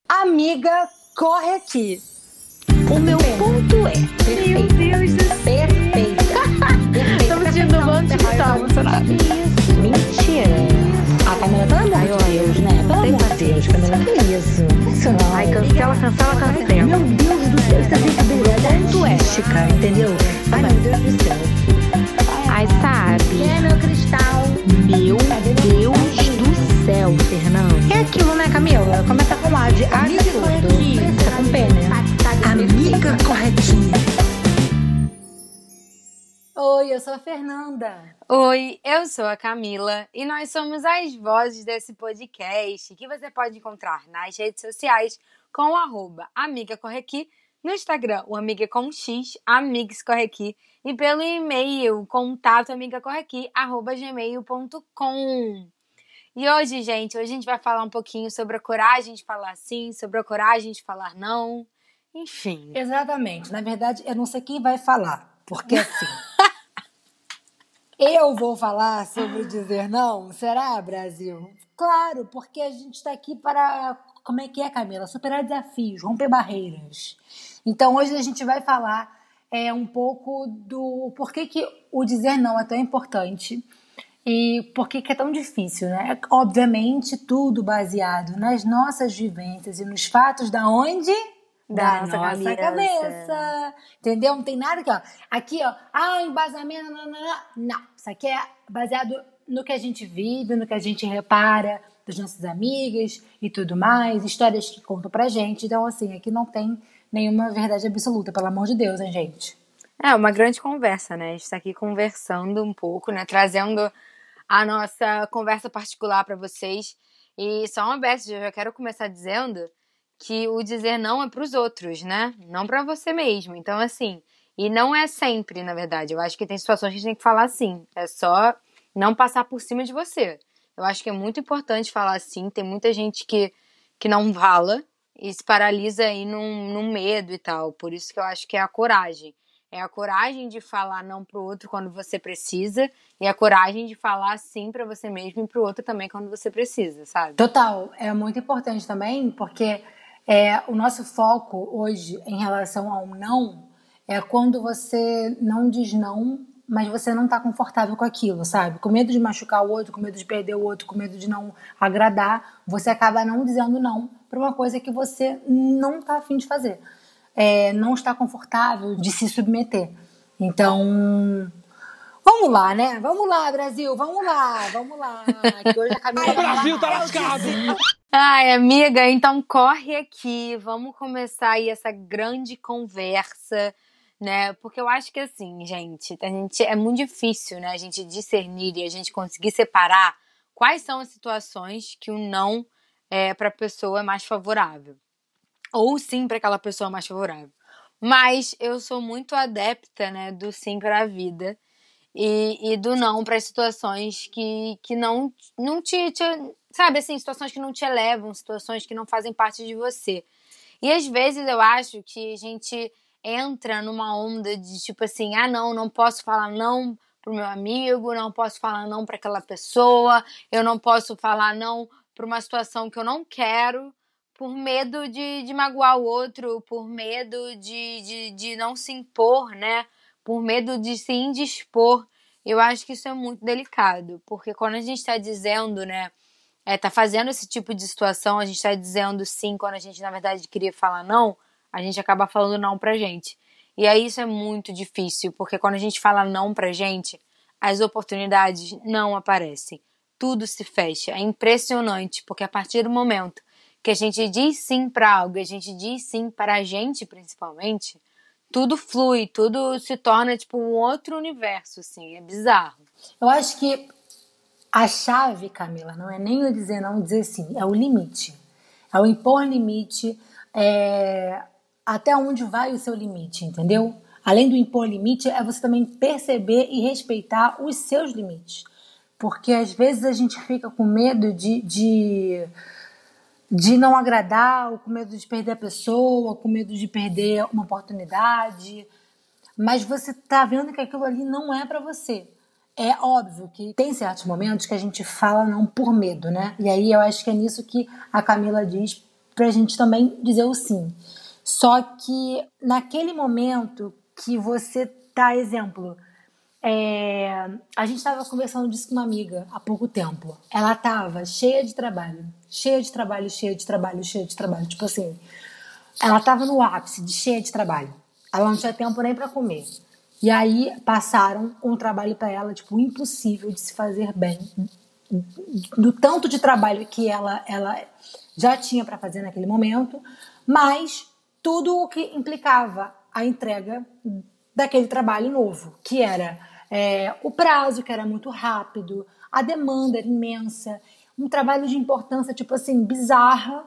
Amiga, corre aqui. O meu ponto é... Meu Deus do céu. Perfeita. Tô me sentindo no banco de tá emocionada. Isso. Mentira. A Camila, pelo amor de Deus, né? Pelo amor de Deus, Camila, que isso? Isso não. Ai, cancela. Meu Deus do céu, isso é brincadeira. Ponto é. Chica, entendeu? Ai, meu Deus do céu. Ai, sabe? Quem é meu cristal? Meu Deus do céu, Fernanda. É aquilo, né, Camila? Começa com A de amiga corretinha. Começa com P, né? Amiga corretinha. Oi, eu sou a Fernanda. Oi, eu sou a Camila e nós somos as vozes desse podcast que você pode encontrar nas redes sociais com o @AmigaCorrequi, no Instagram, o Amiga com X, Amigos Correqui, e pelo e-mail, contato@amigacorrequi@gmail.com. E hoje, gente, a gente vai falar um pouquinho sobre a coragem de falar sim, sobre a coragem de falar não, enfim. Exatamente. Na verdade, eu não sei quem vai falar, porque assim... Eu vou falar sobre dizer não? Será, Brasil? Claro, porque a gente está aqui para... Como é que é, Camila? Superar desafios, romper barreiras. Então, hoje a gente vai falar um pouco do porquê que o dizer não é tão importante e porquê que é tão difícil, né? Obviamente, tudo baseado nas nossas vivências e nos fatos da onde... Da nossa cabeça. Entendeu? Não tem nada aqui, ó. Aqui, ó. Embasamento. Não. Isso aqui é baseado no que a gente vive, no que a gente repara das nossas amigas e tudo mais. Histórias que contam pra gente. Então, assim, aqui não tem nenhuma verdade absoluta, pelo amor de Deus, hein, gente? É uma grande conversa, né? A gente tá aqui conversando um pouco, né? Trazendo a nossa conversa particular pra vocês. E só uma vez, eu já quero começar dizendo que o dizer não é pros outros, né? Não pra você mesmo. Então, assim, e não é sempre, na verdade. Eu acho que tem situações que a gente tem que falar sim. É só não passar por cima de você. Eu acho que é muito importante falar sim. Tem muita gente que não fala e se paralisa aí num medo e tal. Por isso que eu acho que é a coragem. É a coragem de falar não pro outro quando você precisa e a coragem de falar sim pra você mesmo e pro outro também quando você precisa, sabe? Total. É muito importante também, porque o nosso foco hoje em relação ao não é quando você não diz não, mas você não tá confortável com aquilo, sabe? Com medo de machucar o outro, com medo de perder o outro, com medo de não agradar, você acaba não dizendo não pra uma coisa que você não tá afim de fazer. Não está confortável de se submeter. Então, vamos lá, né? Vamos lá, Brasil, vamos lá. Que hoje a Camila O Brasil tá lascado! Ai, amiga, então corre aqui, vamos começar aí essa grande conversa, né? Porque eu acho que assim, gente, é muito difícil, né? A gente discernir e a gente conseguir separar quais são as situações que o não é para a pessoa mais favorável. Ou sim para aquela pessoa mais favorável. Mas eu sou muito adepta, né, do sim para a vida e do não para as situações que não te sabe assim, situações que não te elevam, situações que não fazem parte de você. E às vezes eu acho que a gente entra numa onda de tipo assim, não posso falar não pro meu amigo, não posso falar não para aquela pessoa, eu não posso falar não para uma situação que eu não quero, por medo de magoar o outro, por medo de não se impor, né? Por medo de se indispor. Eu acho que isso é muito delicado, porque quando a gente está dizendo, né, tá fazendo esse tipo de situação, a gente tá dizendo sim quando a gente, na verdade, queria falar não, a gente acaba falando não pra gente. E aí isso é muito difícil, porque quando a gente fala não pra gente, as oportunidades não aparecem. Tudo se fecha. É impressionante, porque a partir do momento que a gente diz sim pra algo, a gente diz sim para a gente, principalmente, tudo flui, tudo se torna tipo um outro universo, assim, é bizarro. Eu acho que a chave, Camila, não é nem o dizer não, dizer sim, é o limite. É o impor limite, até onde vai o seu limite, entendeu? Além do impor limite, é você também perceber e respeitar os seus limites. Porque às vezes a gente fica com medo de não agradar, ou com medo de perder a pessoa, ou com medo de perder uma oportunidade. Mas você tá vendo que aquilo ali não é pra você. É óbvio que tem certos momentos que a gente fala não por medo, né? E aí eu acho que é nisso que a Camila diz pra gente também dizer o sim. Só que naquele momento que você tá, exemplo, a gente estava conversando disso com uma amiga há pouco tempo. Ela tava cheia de trabalho. Tipo assim, ela tava no ápice de cheia de trabalho. Ela não tinha tempo nem pra comer. E aí passaram um trabalho pra ela, tipo, impossível de se fazer bem. Do tanto de trabalho que ela já tinha pra fazer naquele momento, mas tudo o que implicava a entrega daquele trabalho novo, que era o prazo, que era muito rápido, a demanda era imensa, um trabalho de importância, tipo assim, bizarra.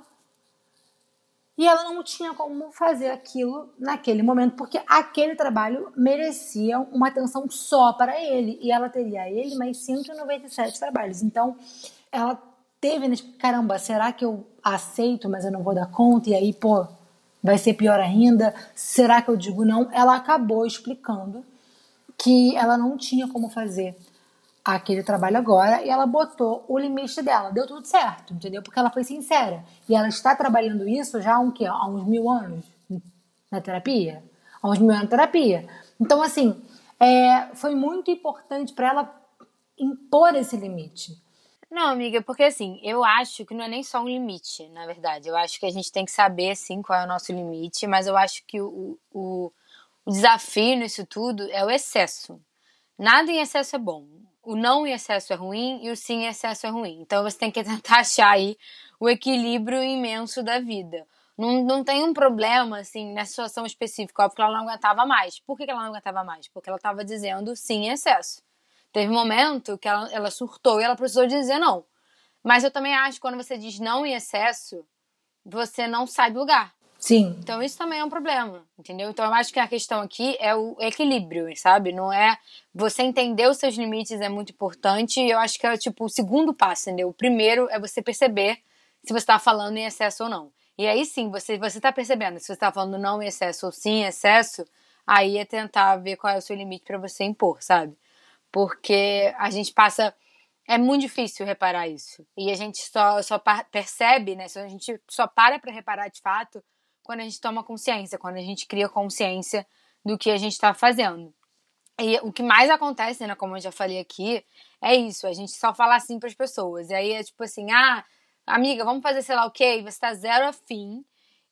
E ela não tinha como fazer aquilo naquele momento, porque aquele trabalho merecia uma atenção só para ele. E ela teria ele mais 197 trabalhos. Então, ela teve, né, tipo, caramba, será que eu aceito, mas eu não vou dar conta? E aí, pô, vai ser pior ainda? Será que eu digo não? Ela acabou explicando que ela não tinha como fazer aquele trabalho agora e ela botou o limite dela. Deu tudo certo, entendeu? Porque ela foi sincera. E ela está trabalhando isso já há uns 1000 anos na terapia. Há uns 1000 anos na terapia. Então, assim, foi muito importante para ela impor esse limite. Não, amiga, porque assim, eu acho que não é nem só um limite, na verdade. Eu acho que a gente tem que saber, assim, qual é o nosso limite, mas eu acho que o desafio nisso tudo é o excesso. Nada em excesso é bom. O não em excesso é ruim e o sim em excesso é ruim. Então você tem que tentar achar aí o equilíbrio imenso da vida. Não tem um problema, assim, nessa situação específica, porque ela não aguentava mais. Por que ela não aguentava mais? Porque ela estava dizendo sim em excesso. Teve um momento que ela surtou e ela precisou dizer não. Mas eu também acho que quando você diz não em excesso, você não sai do lugar. Sim. Então isso também é um problema, entendeu? Então eu acho que a questão aqui é o equilíbrio, sabe? Não é... Você entender os seus limites é muito importante e eu acho que é tipo o segundo passo, entendeu? O primeiro é você perceber se você tá falando em excesso ou não. E aí sim, você tá percebendo se você tá falando não em excesso ou sim em excesso, aí é tentar ver qual é o seu limite pra você impor, sabe? Porque a gente passa... É muito difícil reparar isso. E a gente só percebe, né? A gente só para reparar de fato quando a gente toma consciência, quando a gente cria consciência do que a gente tá fazendo. E o que mais acontece, né, como eu já falei aqui, é isso, a gente só fala assim pras pessoas. E aí é tipo assim, amiga, vamos fazer sei lá o quê? E você tá zero afim,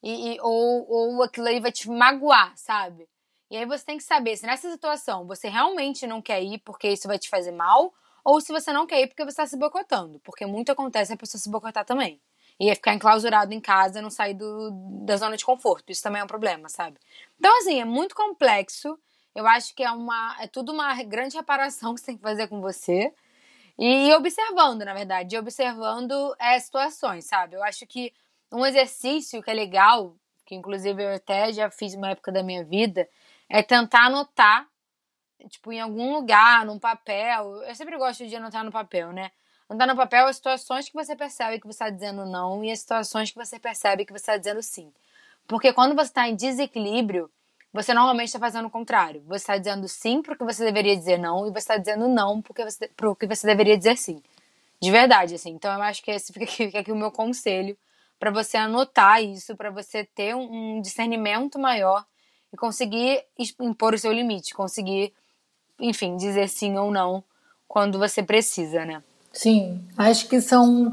ou aquilo aí vai te magoar, sabe? E aí você tem que saber se nessa situação você realmente não quer ir porque isso vai te fazer mal, ou se você não quer ir porque você tá se boicotando. Porque muito acontece a pessoa se boicotar também. E é ficar enclausurado em casa, não sair da zona de conforto. Isso também é um problema, sabe? Então, assim, é muito complexo. Eu acho que é tudo uma grande reparação que você tem que fazer com você. E observando, na verdade. Observando situações, sabe? Eu acho que um exercício que é legal, que inclusive eu até já fiz uma época da minha vida, é tentar anotar, tipo, em algum lugar, num papel. Eu sempre gosto de anotar no papel, né? Anotar no papel as situações que você percebe que você está dizendo não e as situações que você percebe que você está dizendo sim. Porque quando você está em desequilíbrio, você normalmente está fazendo o contrário. Você está dizendo sim porque você deveria dizer não e você está dizendo não porque você deveria dizer sim. De verdade, assim. Então eu acho que esse fica aqui o meu conselho para você anotar isso, para você ter um discernimento maior e conseguir impor o seu limite, conseguir, enfim, dizer sim ou não quando você precisa, né? Sim, acho que são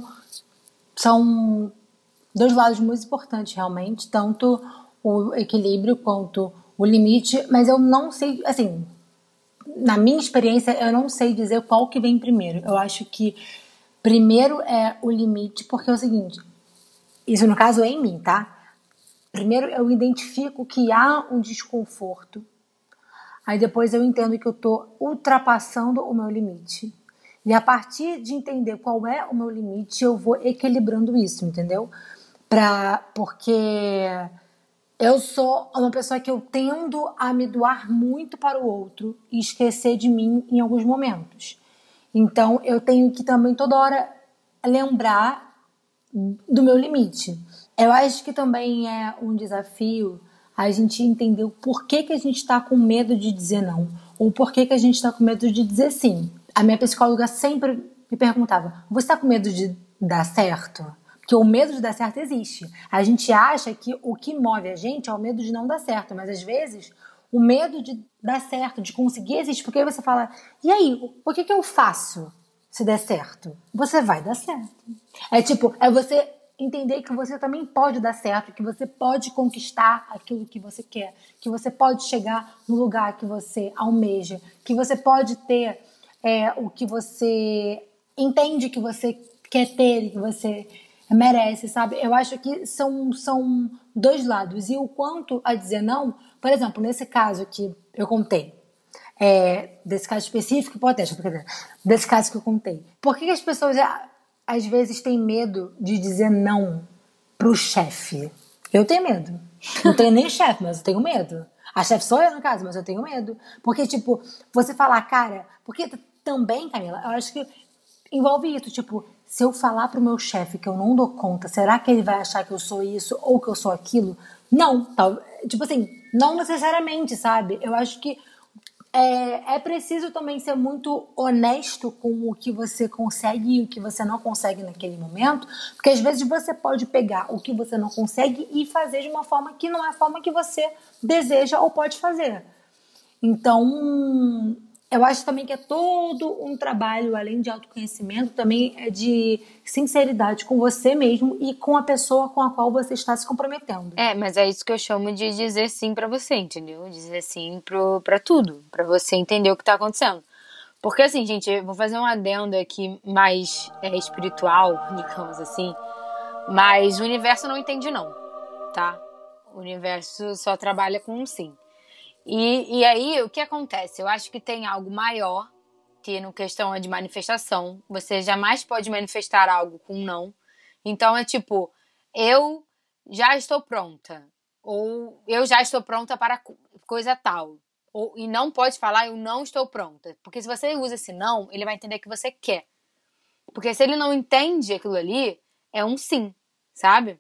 dois lados muito importantes, realmente, tanto o equilíbrio quanto o limite, mas eu não sei, assim, na minha experiência, eu não sei dizer qual que vem primeiro. Eu acho que primeiro é o limite, porque é o seguinte, isso no caso é em mim, tá? Primeiro eu identifico que há um desconforto, aí depois eu entendo que eu tô ultrapassando o meu limite. E a partir de entender qual é o meu limite, eu vou equilibrando isso, entendeu? Porque eu sou uma pessoa que eu tendo a me doar muito para o outro e esquecer de mim em alguns momentos. Então, eu tenho que também toda hora lembrar do meu limite. Eu acho que também é um desafio a gente entender o porquê que a gente está com medo de dizer não, ou porquê que a gente está com medo de dizer sim. A minha psicóloga sempre me perguntava, você está com medo de dar certo? que o medo de dar certo existe. A gente acha que o que move a gente é o medo de não dar certo, mas às vezes o medo de dar certo, de conseguir existe, porque aí você fala, e aí, o que eu faço se der certo? Você vai dar certo. É você entender que você também pode dar certo, que você pode conquistar aquilo que você quer, que você pode chegar no lugar que você almeja, que você pode ter o que você entende que você quer ter e que você merece, sabe? Eu acho que são dois lados. E o quanto a dizer não, por exemplo, nesse caso que eu contei, desse caso específico, hipotético, desse caso que eu contei. Por que as pessoas às vezes têm medo de dizer não pro chefe? Eu tenho medo. Não tenho nem chefe, mas eu tenho medo. A chefe sou eu, no caso, mas eu tenho medo. Porque, tipo, você falar, cara... Porque também, Camila, eu acho que envolve isso. Tipo, se eu falar pro meu chefe que eu não dou conta, será que ele vai achar que eu sou isso ou que eu sou aquilo? Não. Tipo assim, não necessariamente, sabe? Eu acho que é preciso também ser muito honesto com o que você consegue e o que você não consegue naquele momento, porque às vezes você pode pegar o que você não consegue e fazer de uma forma que não é a forma que você deseja ou pode fazer. Então, eu acho também que é todo um trabalho, além de autoconhecimento, também é de sinceridade com você mesmo e com a pessoa com a qual você está se comprometendo. Mas é isso que eu chamo de dizer sim pra você, entendeu? Dizer sim pra tudo, pra você entender o que tá acontecendo. Porque assim, gente, eu vou fazer um adendo aqui mais espiritual, digamos assim, mas o universo não entende não, tá? O universo só trabalha com um sim. E aí, o que acontece? Eu acho que tem algo maior, que no questão é de manifestação. Você jamais pode manifestar algo com não. Então, é tipo, eu já estou pronta. Ou eu já estou pronta para coisa tal. E não pode falar, eu não estou pronta. Porque se você usa esse não, ele vai entender que você quer. Porque se ele não entende aquilo ali, é um sim, sabe?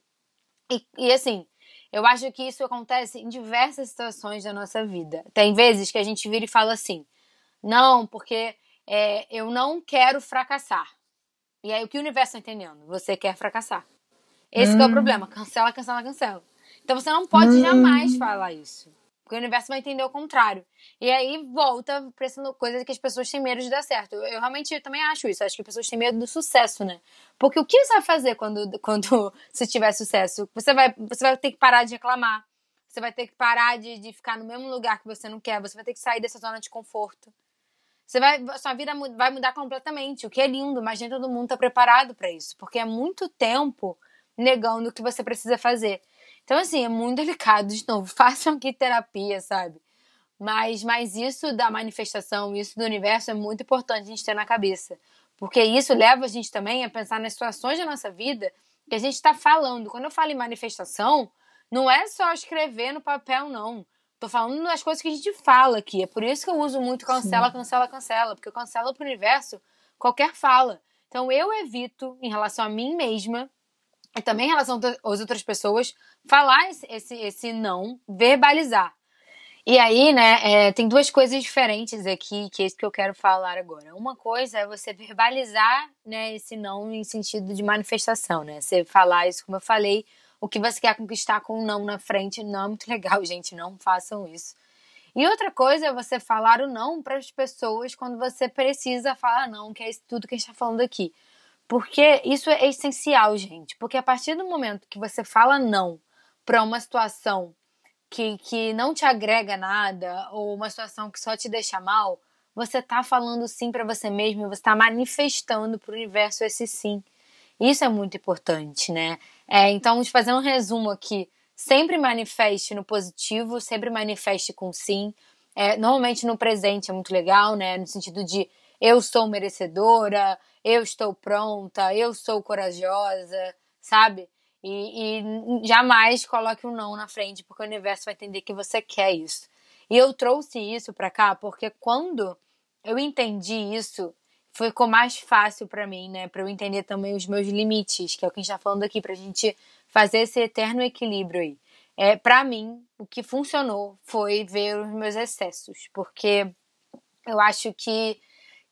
E assim, eu acho que isso acontece em diversas situações da nossa vida. Tem vezes que a gente vira e fala assim, não, porque eu não quero fracassar. E aí o que o universo está entendendo? Você quer fracassar. Esse que é o problema. Cancela, cancela, cancela. Então você não pode jamais falar isso. Porque o universo vai entender o contrário. E aí volta pra essa coisa que as pessoas têm medo de dar certo. Eu realmente também acho isso. Acho que as pessoas têm medo do sucesso, né? Porque o que você vai fazer quando você tiver sucesso? Você vai ter que parar de reclamar. Você vai ter que parar de ficar no mesmo lugar que você não quer. Você vai ter que sair dessa zona de conforto. Sua vida vai mudar completamente. O que é lindo, mas nem todo mundo tá preparado pra isso. Porque é muito tempo negando o que você precisa fazer. Então, assim, é muito delicado. De novo, façam aqui terapia, sabe? Mas isso da manifestação, isso do universo é muito importante a gente ter na cabeça. Porque isso leva a gente também a pensar nas situações da nossa vida que a gente está falando. Quando eu falo em manifestação, não é só escrever no papel, não. Tô falando das coisas que a gente fala aqui. É por isso que eu uso muito cancela, cancela, cancela. Porque eu cancelo pro universo qualquer fala. Então eu evito, em relação a mim mesma, e também em relação às outras pessoas, falar esse não, verbalizar. E aí, né, tem duas coisas diferentes aqui, que é isso que eu quero falar agora. Uma coisa é você verbalizar, né, esse não em sentido de manifestação, né? Você falar isso, como eu falei, o que você quer conquistar com um não na frente, não é muito legal, gente, não façam isso. E outra coisa é você falar o não para as pessoas quando você precisa falar não, que é isso tudo que a gente está falando aqui. Porque isso é essencial, gente. Porque a partir do momento que você fala não para uma situação que não te agrega nada, ou uma situação que só te deixa mal, você tá falando sim para você mesmo e você tá manifestando pro universo esse sim. Isso é muito importante, né? Então, fazendo um resumo aqui, sempre manifeste no positivo, sempre manifeste com sim. Normalmente no presente é muito legal, né? No sentido de eu sou merecedora, eu estou pronta, eu sou corajosa, sabe? E jamais coloque um não na frente, porque o universo vai entender que você quer isso. E eu trouxe isso pra cá porque quando eu entendi isso, ficou mais fácil pra mim, né? Pra eu entender também os meus limites, que é o que a gente tá falando aqui, pra gente fazer esse eterno equilíbrio aí. Pra mim, o que funcionou foi ver os meus excessos, porque eu acho que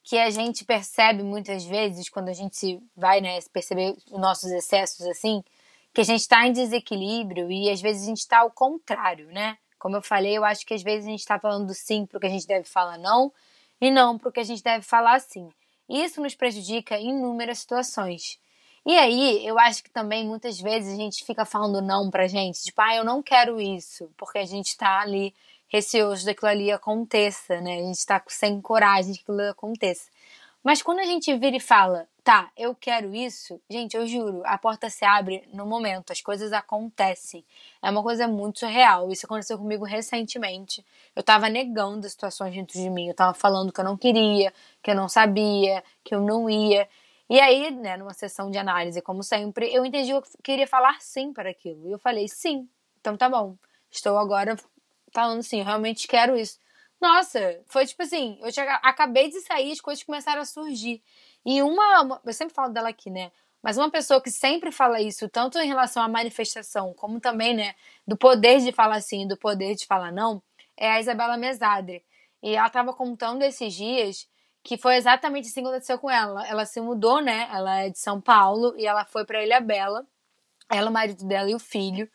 que a gente percebe muitas vezes, quando a gente vai, né, perceber os nossos excessos, assim, que a gente tá em desequilíbrio e às vezes a gente tá ao contrário, né? Como eu falei, eu acho que às vezes a gente tá falando sim pro que a gente deve falar não e não pro que a gente deve falar sim. Isso nos prejudica em inúmeras situações. E aí, eu acho que também muitas vezes a gente fica falando não pra gente, tipo, eu não quero isso, porque a gente tá ali receoso daquilo ali aconteça, né? A gente tá sem coragem de que aquilo aconteça. Mas quando a gente vira e fala, tá, eu quero isso, gente, eu juro, a porta se abre no momento, as coisas acontecem. É uma coisa muito surreal. Isso aconteceu comigo recentemente. Eu tava negando situações dentro de mim, eu tava falando que eu não queria, que eu não sabia, que eu não ia. E aí, né, numa sessão de análise, como sempre, eu entendi que eu queria falar sim para aquilo. E eu falei, sim, então tá bom. Estou agora falando sim, eu realmente quero isso. Nossa, foi tipo assim, acabei de sair, as coisas começaram a surgir. E eu sempre falo dela aqui, né? Mas uma pessoa que sempre fala isso, tanto em relação à manifestação, como também, né, do poder de falar sim, do poder de falar não, é a Isabela Mesadri. E ela tava contando esses dias que foi exatamente assim que aconteceu com ela. Ela se mudou, né? Ela é de São Paulo e ela foi pra Ilhabela. Ela, o marido dela e o filho.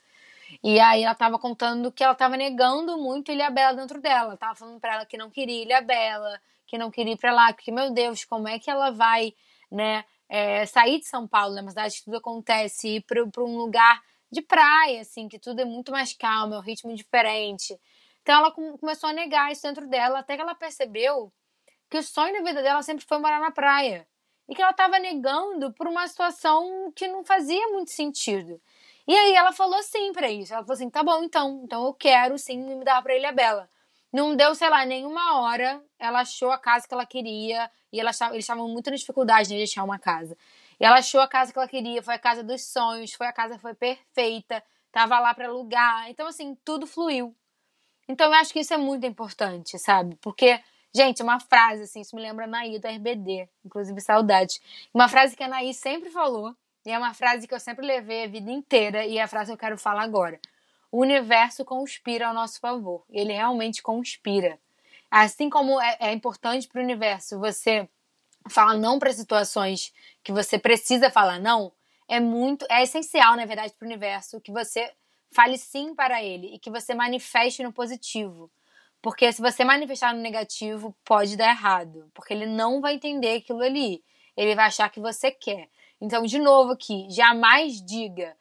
E aí ela tava contando que ela tava negando muito Ilhabela dentro dela. Tava falando pra ela que não queria Ilhabela, que não queria ir pra lá, porque, meu Deus, como é que ela vai, né, sair de São Paulo, né, uma cidade que tudo acontece, ir pra um lugar de praia, assim, que tudo é muito mais calmo, é um ritmo diferente. Então ela começou a negar isso dentro dela, até que ela percebeu que o sonho da vida dela sempre foi morar na praia. E que ela estava negando por uma situação que não fazia muito sentido. E aí ela falou sim pra isso. Ela falou assim, tá bom, então eu quero sim me mudar pra Ilhabela. Não deu, sei lá, nenhuma hora, ela achou a casa que ela queria, e eles estavam muito na dificuldade de achar uma casa. E ela achou a casa que ela queria, foi a casa dos sonhos, a casa foi perfeita, tava lá pra alugar. Então, assim, tudo fluiu. Então eu acho que isso é muito importante, sabe? Porque, gente, uma frase, assim, isso me lembra a Anaí do RBD, inclusive saudade. Uma frase que a Anaí sempre falou, e é uma frase que eu sempre levei a vida inteira, e é a frase que eu quero falar agora. O universo conspira ao nosso favor. Ele realmente conspira. Assim como é importante para o universo você falar não para situações que você precisa falar não, é essencial, na verdade, para o universo que você fale sim para ele e que você manifeste no positivo. Porque se você manifestar no negativo, pode dar errado. Porque ele não vai entender aquilo ali. Ele vai achar que você quer. Então, de novo aqui, jamais diga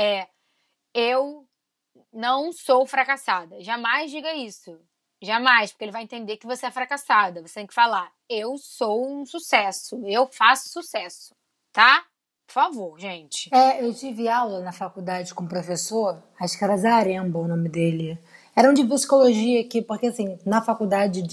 eu não sou fracassada. Jamais diga isso. Jamais, porque ele vai entender que você é fracassada. Você tem que falar, eu sou um sucesso. Eu faço sucesso. Tá? Por favor, gente. Eu tive aula na faculdade com um professor, acho que era Zaremba o nome dele. Era um de psicologia aqui, porque assim, na faculdade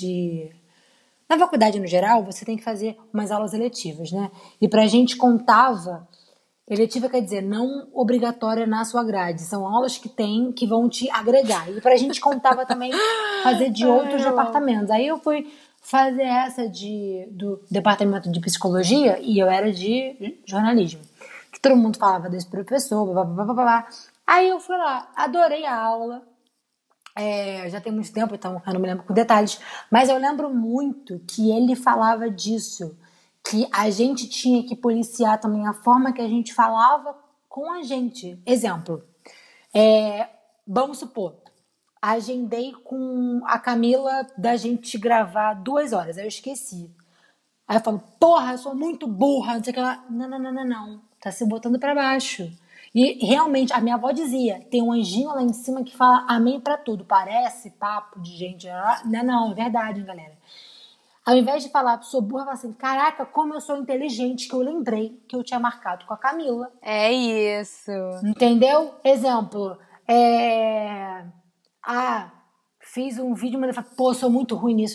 no geral, você tem que fazer umas aulas eletivas, né? E pra gente contava, eletiva quer dizer não obrigatória na sua grade. São aulas que vão te agregar. E pra gente contava também fazer de outros departamentos. Aí eu fui fazer essa do departamento de psicologia e eu era de jornalismo. Que todo mundo falava desse professor, blá, blá, blá, blá, blá. Aí eu fui lá, adorei a aula. Já tem muito tempo, então eu não me lembro com detalhes. Mas eu lembro muito que ele falava disso. Que a gente tinha que policiar também a forma que a gente falava com a gente. Exemplo. Vamos supor, agendei com a Camila da gente gravar 2 horas, aí eu esqueci. Aí eu falo, porra, eu sou muito burra, não sei o que lá. Não, tá se botando pra baixo. E realmente, a minha avó dizia, tem um anjinho lá em cima que fala amém pra tudo. Parece papo de gente. Não, é verdade, galera. Ao invés de falar, sou burra, eu falo assim, caraca, como eu sou inteligente, que eu lembrei que eu tinha marcado com a Camila. É isso. Entendeu? Exemplo, fiz um vídeo, mas eu falo, pô, sou muito ruim nisso.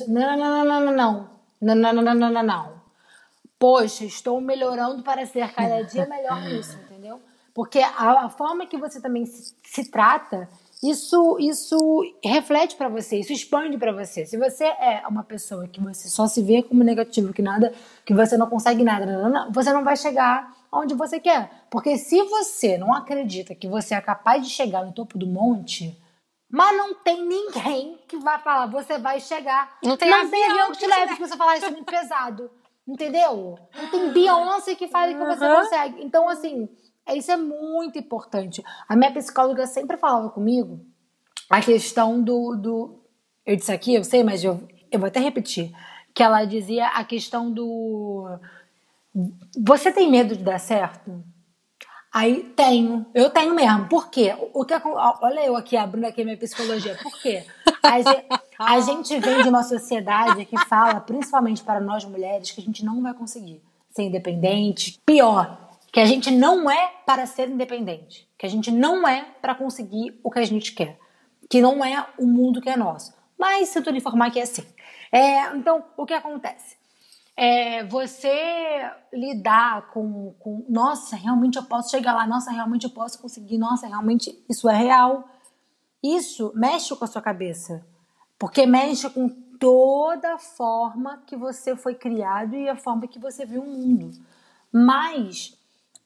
Não. Poxa, estou melhorando para ser cada dia melhor nisso, entendeu? Porque a forma que você também se trata, isso reflete pra você, isso expande pra você. Se você é uma pessoa que você só se vê como negativo, que você não consegue nada, você não vai chegar onde você quer. Porque se você não acredita que você é capaz de chegar no topo do monte, mas não tem ninguém que vai falar, você vai chegar. Não tem avião que te leve, que você falar, isso é muito pesado. entendeu? Não tem Beyoncé que fale que você consegue. Então, assim, isso é muito importante. A minha psicóloga sempre falava comigo a questão do... Eu disse aqui, eu sei, mas eu vou até repetir. Que ela dizia a questão do... Você tem medo de dar certo? Aí eu tenho mesmo. Por quê? Olha eu aqui abrindo aqui a minha psicologia. Por quê? A gente vem de uma sociedade que fala, principalmente para nós mulheres, que a gente não vai conseguir ser independente. Pior, que a gente não é para ser independente. Que a gente não é para conseguir o que a gente quer. Que não é o mundo que é nosso. Mas sinto lhe informar que é assim. Então, o que acontece? Você lidar com nossa, realmente eu posso chegar lá, nossa, realmente eu posso conseguir, nossa, realmente isso é real. Isso mexe com a sua cabeça, porque mexe com toda a forma que você foi criado e a forma que você viu o mundo. Mas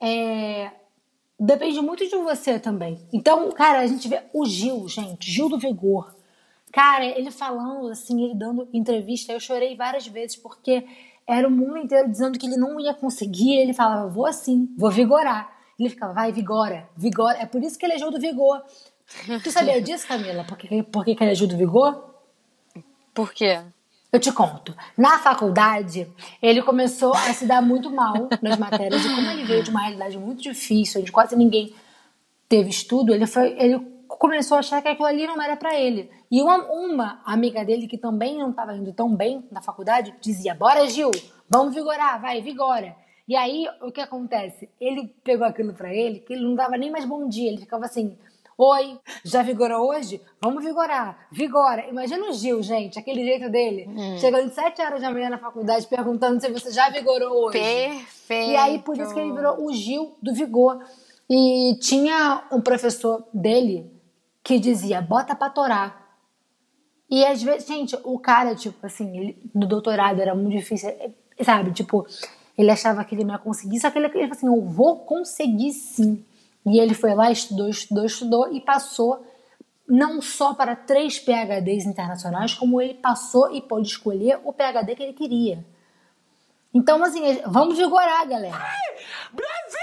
depende muito de você também. Então, cara, a gente vê o Gil, gente, Gil do Vigor. Cara, ele falando assim, ele dando entrevista, eu chorei várias vezes, porque era o mundo inteiro dizendo que ele não ia conseguir, ele falava, vou assim, vou vigorar. Ele ficava, vai, vigora, vigora. É por isso que ele é Gil do Vigor. Tu sabia disso, Camila? Por que ele é Gil do Vigor? Por quê? Eu te conto. Na faculdade, ele começou a se dar muito mal nas matérias, e como ele veio de uma realidade muito difícil, onde quase ninguém teve estudo, ele começou a achar que aquilo ali não era pra ele. E uma amiga dele, que também não estava indo tão bem na faculdade, dizia, bora, Gil, vamos vigorar, vai, vigora. E aí, o que acontece? Ele pegou aquilo pra ele, que ele não dava nem mais bom dia, ele ficava assim, oi, já vigorou hoje? Vamos vigorar, vigora. Imagina o Gil, gente, aquele jeito dele, chegando 7 horas da manhã na faculdade, perguntando se você já vigorou hoje. Perfeito. E aí, por isso que ele virou o Gil do Vigor. E tinha um professor dele que dizia, bota pra torar. E às vezes, gente, o cara, tipo assim, ele, no doutorado era muito difícil, sabe? Tipo, ele achava que ele não ia conseguir, só que ele falou assim, eu vou conseguir sim. E ele foi lá, estudou e passou não só para 3 PhDs internacionais, como ele passou e pôde escolher o PhD que ele queria. Então, assim, vamos vigorar, galera. Brasil!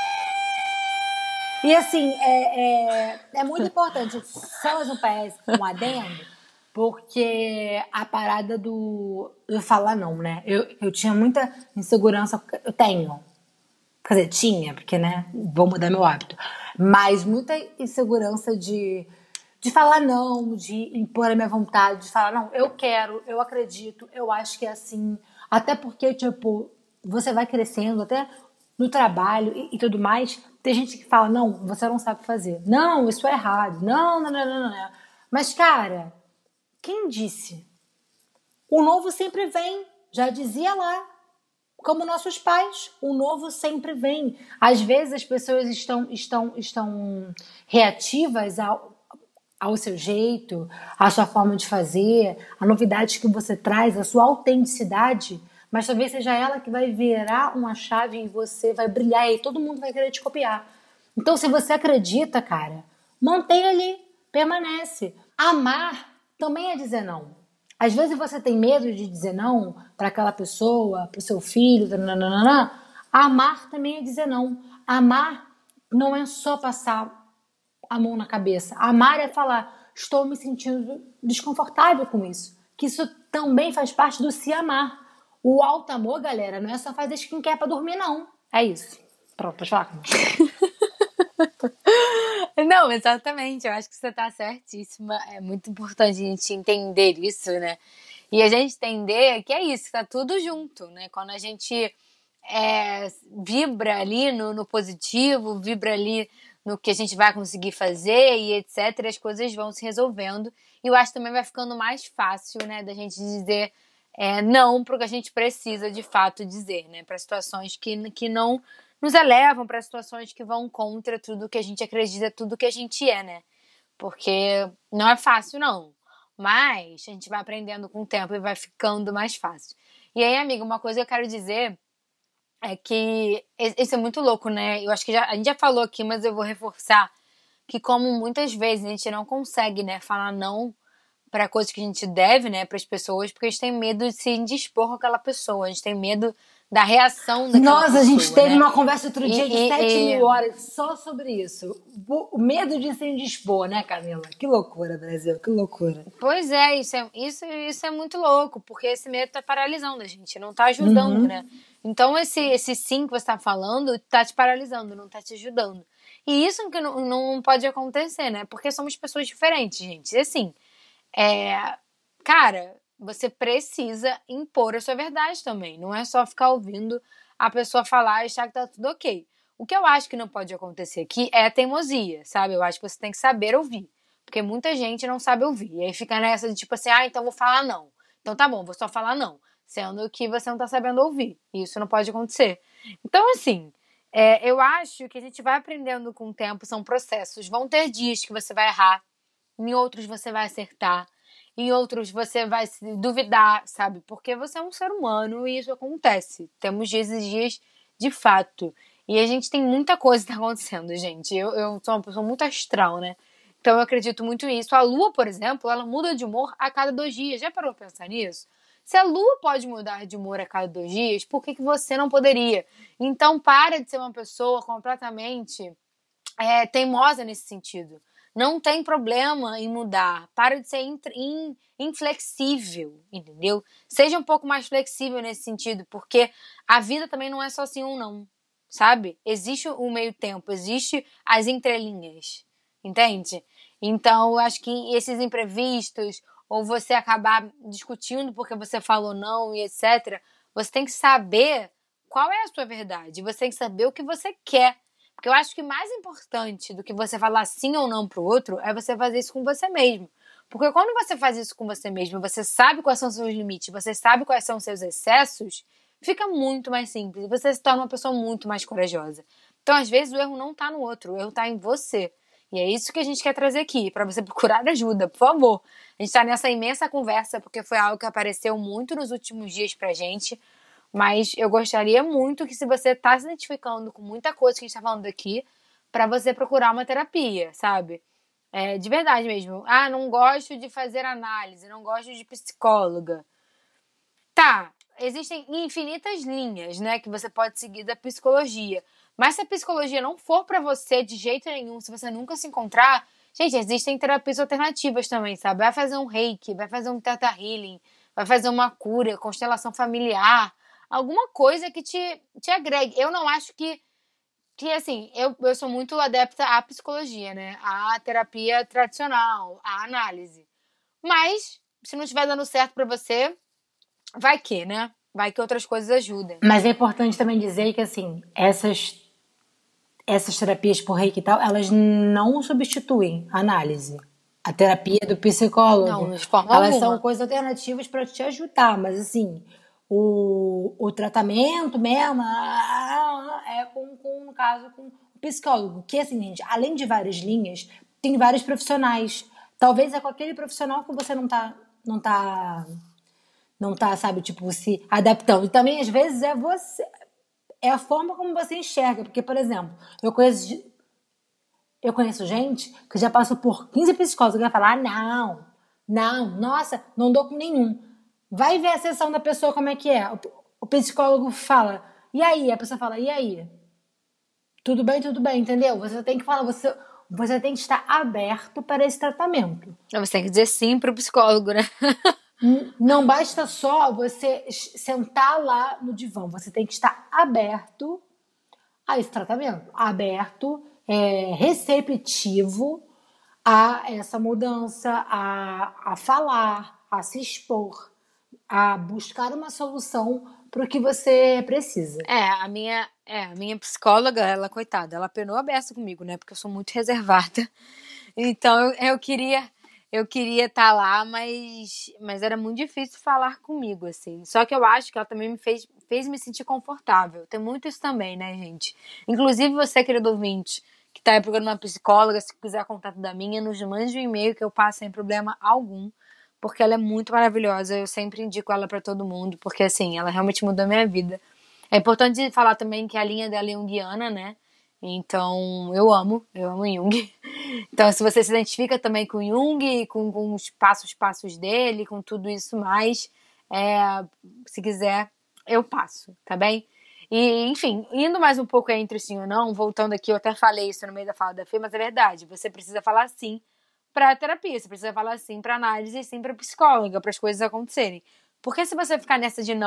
E assim, é muito importante, só mais um PS, um adendo, porque a parada do falar não, né? Eu tinha muita insegurança, eu tenho. Quer dizer, tinha, porque, né, vou mudar meu hábito. Mas muita insegurança de falar não, de impor a minha vontade, de falar, não, eu quero, eu acredito, eu acho que é assim. Até porque, tipo, você vai crescendo, até no trabalho e tudo mais, tem gente que fala, não, você não sabe fazer. Não, isso é errado. Não. Mas, cara, quem disse? O novo sempre vem, já dizia lá. Como nossos pais, o novo sempre vem. Às vezes as pessoas estão reativas ao seu jeito, à sua forma de fazer, a novidade que você traz, a sua autenticidade, mas talvez seja ela que vai virar uma chave e você vai brilhar e todo mundo vai querer te copiar. Então, se você acredita, cara, mantenha ali, permanece. Amar também é dizer não. Às vezes você tem medo de dizer não para aquela pessoa, para o seu filho, nananana. Amar também é dizer não. Amar não é só passar a mão na cabeça. Amar é falar, estou me sentindo desconfortável com isso. Que isso também faz parte do se amar. O alto amor, galera, não é só fazer skincare para dormir, não. É isso. Pronto, pode falar. Não, exatamente. Eu acho que você tá certíssima. É muito importante a gente entender isso, né? E a gente entender que é isso, tá tudo junto, né? Quando a gente vibra ali no positivo, vibra ali no que a gente vai conseguir fazer e etc, as coisas vão se resolvendo. E eu acho que também vai ficando mais fácil, né, da gente dizer não pro que a gente precisa de fato dizer, né? Para situações que não nos elevam, para situações que vão contra tudo que a gente acredita, tudo que a gente é, né? Porque não é fácil, não. Mas a gente vai aprendendo com o tempo e vai ficando mais fácil. E aí, amiga, uma coisa que eu quero dizer é que isso é muito louco, né? Eu acho que a gente já falou aqui, mas eu vou reforçar que como muitas vezes a gente não consegue, né, falar não para coisas que a gente deve, né, para as pessoas, porque a gente tem medo de se indispor com aquela pessoa, a gente tem medo da reação daquela pessoa. Nossa, a gente teve né? uma conversa outro dia de 7.000 horas só sobre isso. O medo de se indispor, né, Camila? Que loucura, Brasil, que loucura. Pois é, isso é muito louco, porque esse medo tá paralisando a gente, não tá ajudando, né? Então esse sim que você tá falando tá te paralisando, não tá te ajudando. E isso que não pode acontecer, né? Porque somos pessoas diferentes, gente. E assim, cara, você precisa impor a sua verdade também. Não é só ficar ouvindo a pessoa falar e achar que tá tudo ok. O que eu acho que não pode acontecer aqui é a teimosia, sabe? Eu acho que você tem que saber ouvir. Porque muita gente não sabe ouvir. E aí fica nessa de tipo assim, então vou falar não. Então tá bom, vou só falar não. Sendo que você não tá sabendo ouvir. E isso não pode acontecer. Então, assim, eu acho que a gente vai aprendendo com o tempo, são processos. Vão ter dias que você vai errar, em outros você vai acertar, em outros você vai se duvidar, sabe? Porque você é um ser humano e isso acontece. Temos dias e dias de fato. E a gente tem muita coisa que tá acontecendo, gente. Eu sou uma pessoa muito astral, né? Então eu acredito muito nisso. A Lua, por exemplo, ela muda de humor a cada 2 dias. Já parou pra pensar nisso? Se a Lua pode mudar de humor a cada 2 dias, por que você não poderia? Então para de ser uma pessoa completamente teimosa nesse sentido. Não tem problema em mudar. Para de ser inflexível, entendeu? Seja um pouco mais flexível nesse sentido, porque a vida também não é só sim ou não, sabe? Existe o meio tempo, existe as entrelinhas, entende? Então, eu acho que esses imprevistos, ou você acabar discutindo porque você falou não e etc., você tem que saber qual é a sua verdade. Você tem que saber o que você quer. Porque eu acho que mais importante do que você falar sim ou não pro outro é você fazer isso com você mesmo. Porque quando você faz isso com você mesmo, você sabe quais são os seus limites, você sabe quais são os seus excessos, fica muito mais simples. Você se torna uma pessoa muito mais corajosa. Então, às vezes, o erro não tá no outro, o erro tá em você. E é isso que a gente quer trazer aqui, para você procurar ajuda, por favor. A gente tá nessa imensa conversa, porque foi algo que apareceu muito nos últimos dias pra gente. Mas eu gostaria muito que, se você tá se identificando com muita coisa que a gente tá falando aqui, pra você procurar uma terapia, sabe? De verdade mesmo. Não gosto de fazer análise, não gosto de psicóloga. Tá, existem infinitas linhas, né, que você pode seguir da psicologia. Mas se a psicologia não for pra você de jeito nenhum, se você nunca se encontrar, gente, existem terapias alternativas também, sabe? Vai fazer um reiki, vai fazer um theta healing, vai fazer uma cura, constelação familiar, alguma coisa que te agregue. Eu não acho que assim, eu sou muito adepta à psicologia, né? À terapia tradicional, à análise. Mas, se não estiver dando certo pra você, vai que, né? Vai que outras coisas ajudem. Mas é importante também dizer que, assim, essas terapias por reiki e tal, elas não substituem a análise. A terapia do psicólogo. Não, de forma elas alguma. são coisas alternativas para te ajudar, mas assim, o tratamento mesmo no caso, com o psicólogo. Que assim, gente, além de várias linhas, tem vários profissionais. Talvez é com aquele profissional que você não tá, sabe, tipo, se adaptando. E também, às vezes, é a forma como você enxerga. Porque, por exemplo, eu conheço gente que já passou por 15 psicólogos e vai falar, nossa, não dou com nenhum. Vai ver a sessão da pessoa como é que é. O psicólogo fala, e aí? A pessoa fala, e aí? Tudo bem, entendeu? Você tem que falar, você tem que estar aberto para esse tratamento. Você tem que dizer sim pro psicólogo, né? Não basta só você sentar lá no divã. Você tem que estar aberto a esse tratamento. Aberto, receptivo a essa mudança, a falar, a se expor, a buscar uma solução para o que você precisa. A minha psicóloga, ela, coitada, ela penou a beça comigo, né? Porque eu sou muito reservada. Então eu queria estar lá, mas era muito difícil falar comigo, assim. Só que eu acho que ela também me fez me sentir confortável. Tem muito isso também, né, gente? Inclusive você, querido ouvinte, que tá aí procurando uma psicóloga, se quiser contato da minha, nos mande um e-mail que eu passo sem problema algum, porque ela é muito maravilhosa. Eu sempre indico ela pra todo mundo, porque, assim, ela realmente mudou a minha vida. É importante falar também que a linha dela é junguiana, né? Então, eu amo Jung. Então, se você se identifica também com Jung, com os passos dele, com tudo isso mais, se quiser, eu passo, tá bem? E, enfim, indo mais um pouco entre sim ou não, voltando aqui, eu até falei isso no meio da fala da Fê, mas é verdade, você precisa falar sim pra terapia, você precisa falar sim pra análise e sim pra psicóloga, para as coisas acontecerem. Porque se você ficar nessa de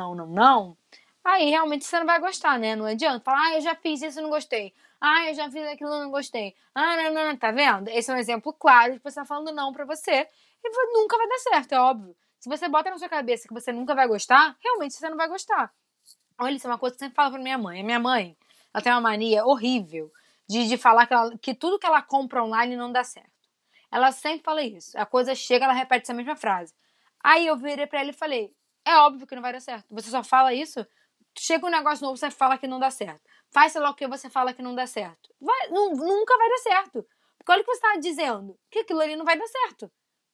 não, aí realmente você não vai gostar, né? Não adianta falar, eu já fiz isso e não gostei. Eu já fiz aquilo e não gostei. Não, tá vendo? Esse é um exemplo claro de que você tá falando não pra você e nunca vai dar certo, é óbvio. Se você bota na sua cabeça que você nunca vai gostar, realmente você não vai gostar. Olha, isso é uma coisa que eu sempre falo pra minha mãe. A minha mãe, ela tem uma mania horrível de falar que tudo que ela compra online não dá certo. Ela sempre fala isso. A coisa chega, ela repete essa mesma frase. Aí eu virei pra ela e falei, é óbvio que não vai dar certo. Você só fala isso, chega um negócio novo, você fala que não dá certo. Faz sei lá o que, você fala que não dá certo. Nunca vai dar certo. Porque olha o que você tá dizendo, que aquilo ali não vai dar certo.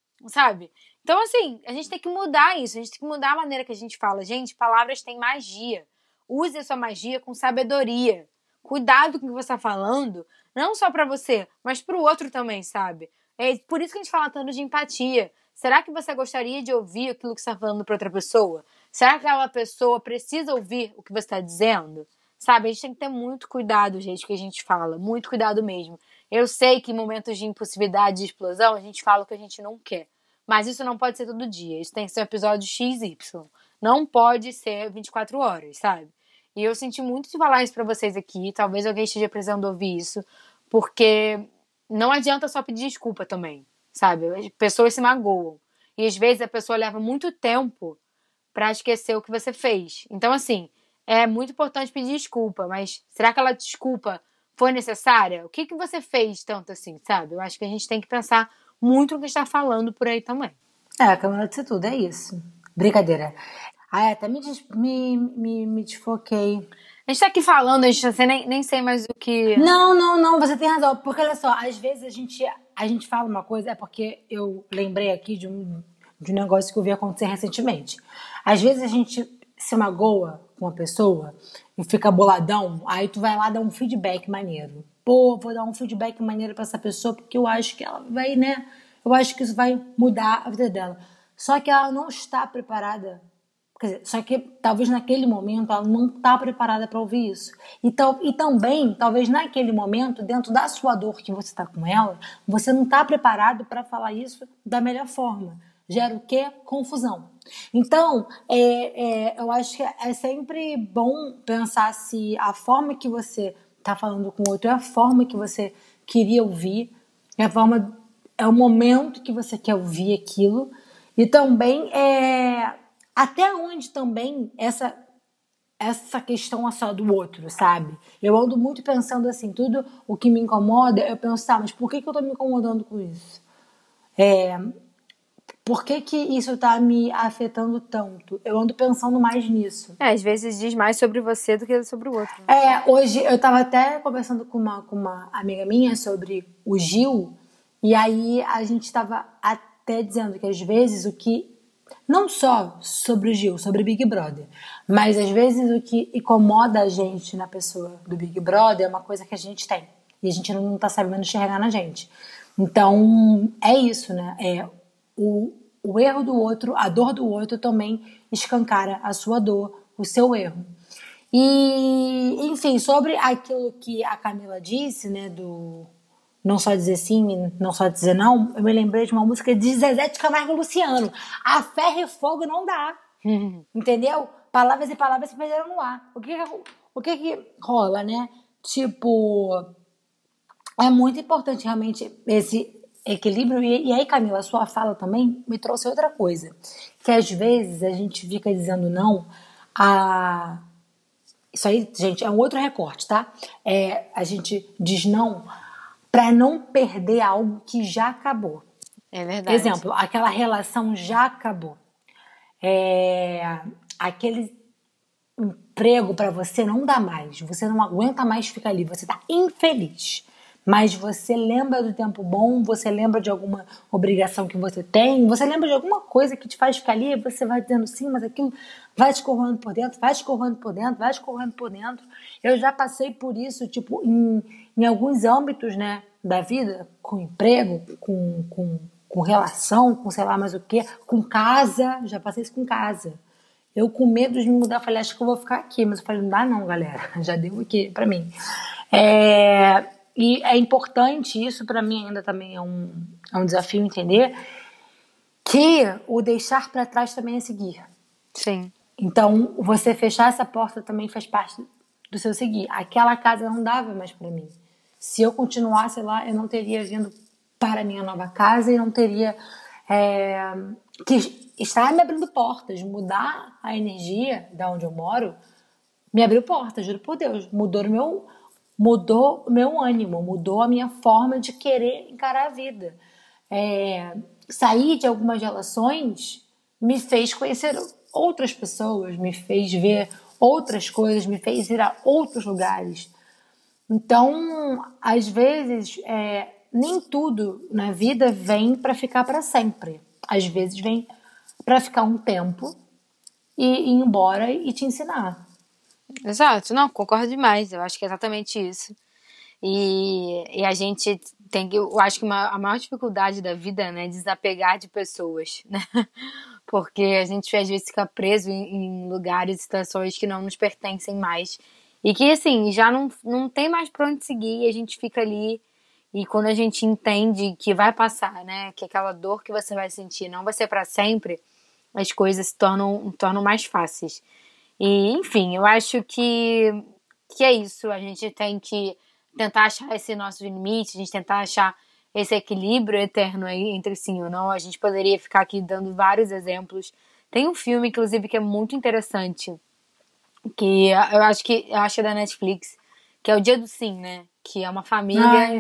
Sabe? Então, assim, a gente tem que mudar isso. A gente tem que mudar a maneira que a gente fala. Gente, palavras têm magia. Use a sua magia com sabedoria. Cuidado com o que você está falando, não só para você, mas para o outro também, sabe? É por isso que a gente fala tanto de empatia. Será que você gostaria de ouvir aquilo que você está falando para outra pessoa? Será que aquela pessoa precisa ouvir o que você está dizendo? Sabe, a gente tem que ter muito cuidado, gente, que a gente fala. Muito cuidado mesmo. Eu sei que em momentos de impulsividade, de explosão, a gente fala o que a gente não quer. Mas isso não pode ser todo dia. Isso tem que ser um episódio XY. Não pode ser 24 horas, sabe? E eu senti muito de falar isso pra vocês aqui. Talvez alguém esteja precisando ouvir isso. Porque não adianta só pedir desculpa também, sabe? As pessoas se magoam. E às vezes a pessoa leva muito tempo pra esquecer o que você fez. Então, assim, é muito importante pedir desculpa. Mas será que aquela desculpa foi necessária? O que você fez tanto assim, sabe? Eu acho que a gente tem que pensar muito no que está falando por aí também. A Câmara disse tudo, é isso. Brincadeira. Até me desfoquei. A gente tá aqui falando, a gente nem sei mais o que... Não, você tem razão. Porque, olha só, às vezes a gente fala uma coisa, é porque eu lembrei aqui de um negócio que eu vi acontecer recentemente. Às vezes a gente se magoa com uma pessoa e fica boladão, aí tu vai lá dar um feedback maneiro. Pô, vou dar um feedback maneiro pra essa pessoa porque eu acho que ela vai, né? Eu acho que isso vai mudar a vida dela. Só que ela não está preparada. Quer dizer, só que talvez naquele momento ela não está preparada para ouvir isso. E também, talvez naquele momento, dentro da sua dor que você está com ela, você não está preparado para falar isso da melhor forma. Gera o quê? Confusão. Então, eu acho que é sempre bom pensar se a forma que você está falando com o outro é a forma que você queria ouvir, é o momento que você quer ouvir aquilo, e também até onde também essa questão é só do outro, sabe? Eu ando muito pensando assim, tudo o que me incomoda, eu penso, mas por que eu tô me incomodando com isso? Por que isso tá me afetando tanto? Eu ando pensando mais nisso. Às vezes diz mais sobre você do que sobre o outro. Hoje eu tava até conversando com uma amiga minha sobre o Gil, e aí a gente tava até dizendo que às vezes o que... Não só sobre o Gil, sobre o Big Brother, mas às vezes o que incomoda a gente na pessoa do Big Brother é uma coisa que a gente tem. E a gente não tá sabendo enxergar na gente. Então, é isso, né? O erro do outro, a dor do outro também escancara a sua dor, o seu erro. E, enfim, sobre aquilo que a Camila disse, né, do não só dizer sim, não só dizer não, eu me lembrei de uma música de Zezé de Camargo e Luciano. A ferro e fogo não dá. Entendeu? Palavras e palavras se perderam no ar. O que rola, né? Tipo, é muito importante realmente esse equilíbrio. E aí, Camila, a sua fala também me trouxe outra coisa. Que às vezes a gente fica dizendo não a... Isso aí, gente, é um outro recorte, tá? A gente diz não para não perder algo que já acabou. É verdade. Exemplo, aquela relação já acabou. Aquele emprego para você não dá mais. Você não aguenta mais ficar ali. Você tá infeliz. Mas você lembra do tempo bom, você lembra de alguma obrigação que você tem, você lembra de alguma coisa que te faz ficar ali, e você vai dizendo sim, mas aquilo vai escorrendo por dentro, vai escorrendo por dentro, vai escorrendo por dentro. Eu já passei por isso, tipo, em alguns âmbitos, né, da vida, com emprego, com relação, com sei lá mais o quê, com casa, já passei isso com casa. Eu com medo de me mudar, falei, acho que eu vou ficar aqui, mas eu falei, não dá não, galera, já deu aqui pra mim. E é importante, isso pra mim ainda também é um desafio entender, que o deixar pra trás também é seguir. Sim. Então, você fechar essa porta também faz parte do seu seguir. Aquela casa não dava mais pra mim. Se eu continuasse lá, eu não teria vindo para a minha nova casa e não teria que estar me abrindo portas. Mudar a energia da onde eu moro me abriu portas, juro por Deus. Mudou o meu ânimo, mudou a minha forma de querer encarar a vida. Sair de algumas relações me fez conhecer outras pessoas, me fez ver outras coisas, me fez ir a outros lugares. Então, às vezes, nem tudo na vida vem para ficar para sempre. Às vezes vem para ficar um tempo e ir embora e te ensinar. Exato, não, concordo demais. Eu acho que é exatamente isso. E a gente tem que. Eu acho que a maior dificuldade da vida, né, é desapegar de pessoas, né? Porque a gente às vezes fica preso em lugares e situações que não nos pertencem mais. E que, assim, já não tem mais pra onde seguir, e a gente fica ali. E quando a gente entende que vai passar, né? Que aquela dor que você vai sentir não vai ser pra sempre, as coisas se tornam mais fáceis. E, enfim, eu acho que é isso. A gente tem que tentar achar esse nosso limite, a gente tentar achar esse equilíbrio eterno aí entre sim ou não. A gente poderia ficar aqui dando vários exemplos. Tem um filme, inclusive, que é muito interessante, que eu acho que é da Netflix, que é O Dia do Sim, né? Que é uma família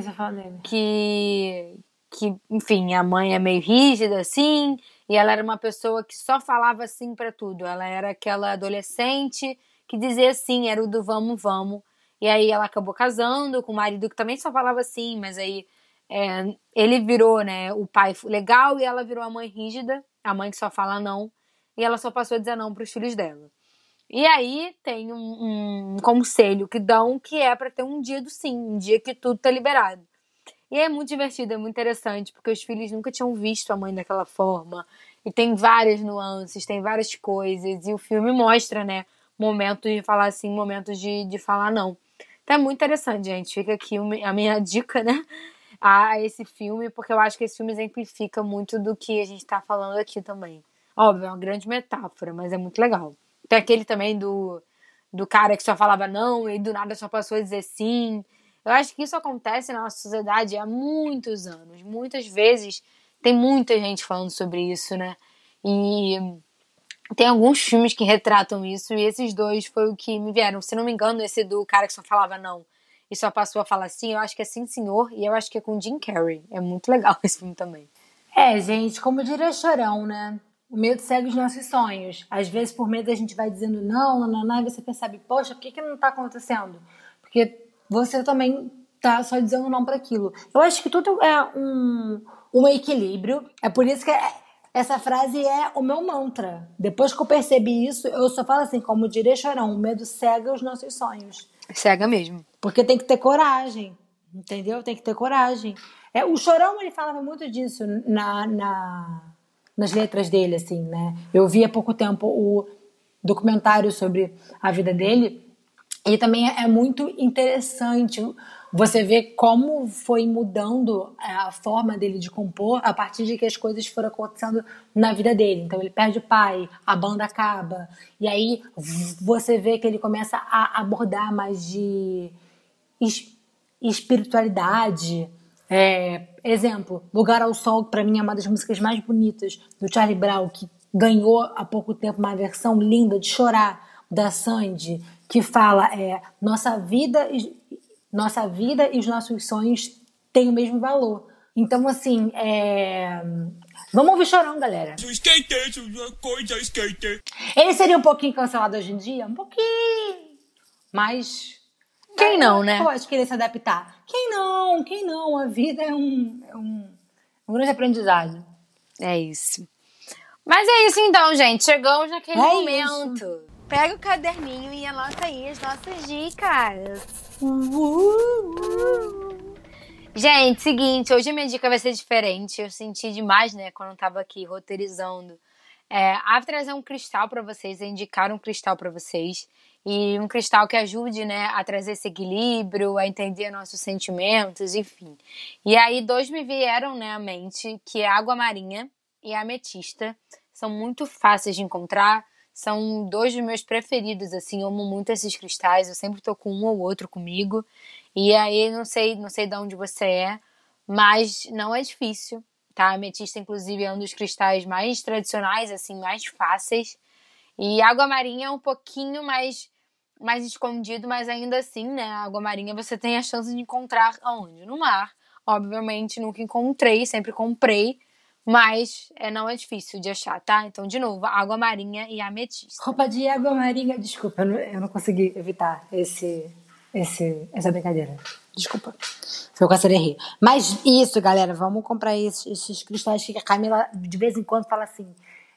que, enfim, a mãe é meio rígida, assim, e ela era uma pessoa que só falava sim pra tudo. Ela era aquela adolescente que dizia sim, era o do vamos, vamos. E aí ela acabou casando com o marido que também só falava sim, mas aí ele virou, né, o pai legal e ela virou a mãe rígida, a mãe que só fala não, e ela só passou a dizer não pros filhos dela. E aí tem um conselho que dão que é pra ter um dia do sim, um dia que tudo tá liberado. E é muito divertido, é muito interessante, porque os filhos nunca tinham visto a mãe daquela forma. E tem várias nuances, tem várias coisas. E o filme mostra, né, momentos de falar sim, momentos de falar não. Então é muito interessante, gente. Fica aqui a minha dica, né, a esse filme, porque eu acho que esse filme exemplifica muito do que a gente tá falando aqui também. Óbvio, é uma grande metáfora, mas é muito legal. Tem aquele também do cara que só falava não e do nada só passou a dizer sim. Eu acho que isso acontece na nossa sociedade há muitos anos. Muitas vezes tem muita gente falando sobre isso, né? E tem alguns filmes que retratam isso, e esses dois foi o que me vieram. Se não me engano, esse do cara que só falava não e só passou a falar sim, eu acho que é Sim Senhor, e eu acho que é com Jim Carrey. É muito legal esse filme também. Gente, como diria Chorão, né? O medo segue os nossos sonhos. Às vezes, por medo, a gente vai dizendo não, e você percebe, poxa, por que não tá acontecendo? Porque você também tá só dizendo não para aquilo. Eu acho que tudo é um equilíbrio. É por isso que essa frase é o meu mantra. Depois que eu percebi isso, eu só falo assim, como diria Chorão, o medo cega os nossos sonhos. Cega mesmo. Porque tem que ter coragem, entendeu? Tem que ter coragem. O Chorão, ele falava muito disso nas letras dele, assim, né? Eu vi há pouco tempo o documentário sobre a vida dele e também é muito interessante você ver como foi mudando a forma dele de compor a partir de que as coisas foram acontecendo na vida dele. Então ele perde o pai, a banda acaba, e aí você vê que ele começa a abordar mais de espiritualidade. Exemplo, Lugar ao Sol, que pra mim é uma das músicas mais bonitas do Charlie Brown, que ganhou há pouco tempo uma versão linda de Chorar, da Sandy, que fala nossa vida e os nossos sonhos têm o mesmo valor. Então, assim, vamos ouvir Chorão, galera. Ele seria um pouquinho cancelado hoje em dia? Um pouquinho. Mas quem não, né? Eu acho que ele se adaptar. Quem não? A vida é um grande aprendizado. É isso. Mas é isso então, gente. Chegamos naquele É momento. Pega o caderninho e anota aí as nossas dicas. Gente, seguinte, hoje a minha dica vai ser diferente. Eu senti demais, né, quando eu tava aqui roteirizando. A trazer um cristal pra vocês, a indicar um cristal pra vocês. E um cristal que ajude, né, a trazer esse equilíbrio, a entender nossos sentimentos, enfim. E aí, dois me vieram, né, à mente, que é a água marinha e a ametista. São muito fáceis de encontrar. São dois dos meus preferidos, assim, eu amo muito esses cristais. Eu sempre tô com um ou outro comigo. E aí, não sei de onde você é, mas não é difícil, tá? A ametista, inclusive, é um dos cristais mais tradicionais, assim, mais fáceis. E a água marinha é um pouquinho mais escondido, mas ainda assim, né? A água marinha você tem a chance de encontrar aonde? No mar. Obviamente, nunca encontrei, sempre comprei. Mas não é difícil de achar, tá? Então, de novo, água marinha e ametista. Roupa de água marinha, desculpa, eu não consegui evitar essa brincadeira. Desculpa. Foi quase a rir. Mas isso, galera, vamos comprar esses cristais que a Camila de vez em quando fala assim.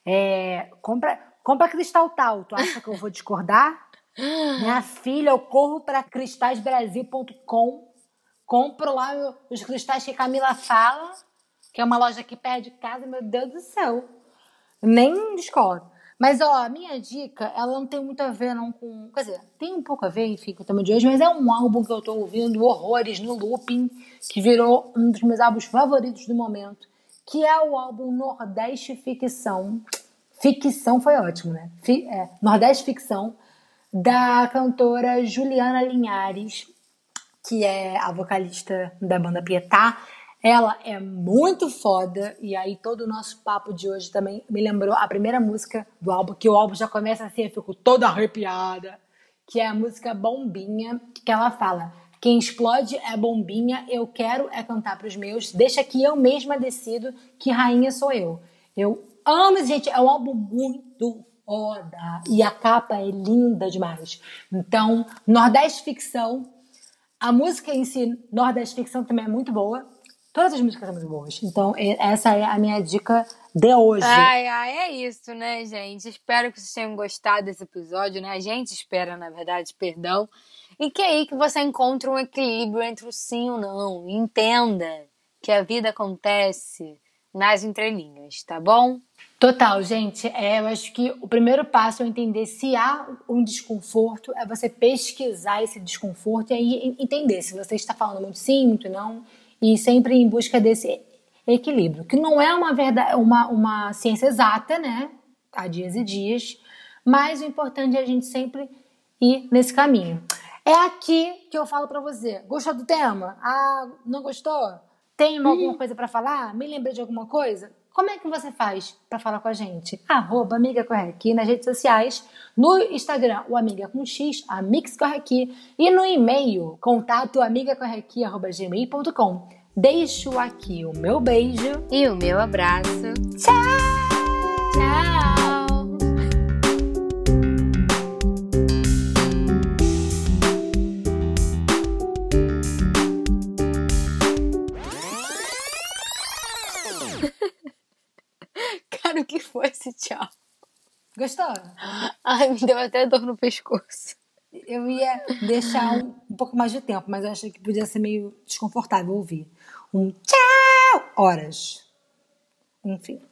Compra cristal tal. Tu acha que eu vou discordar? Minha filha, eu corro para cristalsbrasil.com, compro lá os cristais que a Camila fala, que é uma loja aqui perto de casa, meu Deus do céu. Nem discordo. Mas, ó, a minha dica, ela não tem muito a ver, não, com... Quer dizer, tem um pouco a ver, enfim, com o tema de hoje, mas é um álbum que eu tô ouvindo horrores no looping, que virou um dos meus álbuns favoritos do momento, que é o álbum Nordeste Ficção. Ficção foi ótimo, né? Nordeste Ficção, da cantora Juliana Linhares, que é a vocalista da banda Pietá. Ela é muito foda, e aí todo o nosso papo de hoje também me lembrou a primeira música do álbum, que o álbum já começa assim, eu fico toda arrepiada, que é a música Bombinha, que ela fala: quem explode é bombinha, eu quero cantar pros meus, deixa que eu mesma decido que rainha sou eu. Eu amo, gente, é um álbum muito foda, e a capa é linda demais. Então, Nordeste Ficção, a música em si, Nordeste Ficção, também é muito boa. Todas as músicas são muito boas. Então, essa é a minha dica de hoje. Ai, é isso, né, gente? Espero que vocês tenham gostado desse episódio, né? A gente espera, na verdade, perdão. E que aí que você encontre um equilíbrio entre o sim e o não. E entenda que a vida acontece nas entrelinhas, tá bom? Total, gente. Eu acho que o primeiro passo é entender se há um desconforto, é você pesquisar esse desconforto e aí entender se você está falando muito sim, muito não, e sempre em busca desse equilíbrio, que não é uma ciência exata, né? Há dias e dias, mas o importante é a gente sempre ir nesse caminho. É aqui que eu falo pra você. Gostou do tema? Não gostou? Tem alguma coisa pra falar? Me lembra de alguma coisa? Como é que você faz pra falar com a gente? @Amiga Corre Aqui nas redes sociais, no Instagram, o Amiga com X, Amix Corre Aqui, e no e-mail, contato amigacorreaqui@gmail.com. Deixo aqui o meu beijo e o meu abraço. Tchau! Tchau! Cara, o que foi esse tchau? Gostou? Ai, me deu até dor no pescoço. Eu ia deixar um pouco mais de tempo, mas eu achei que podia ser meio desconfortável ouvir. Um tchau! Horas. Enfim.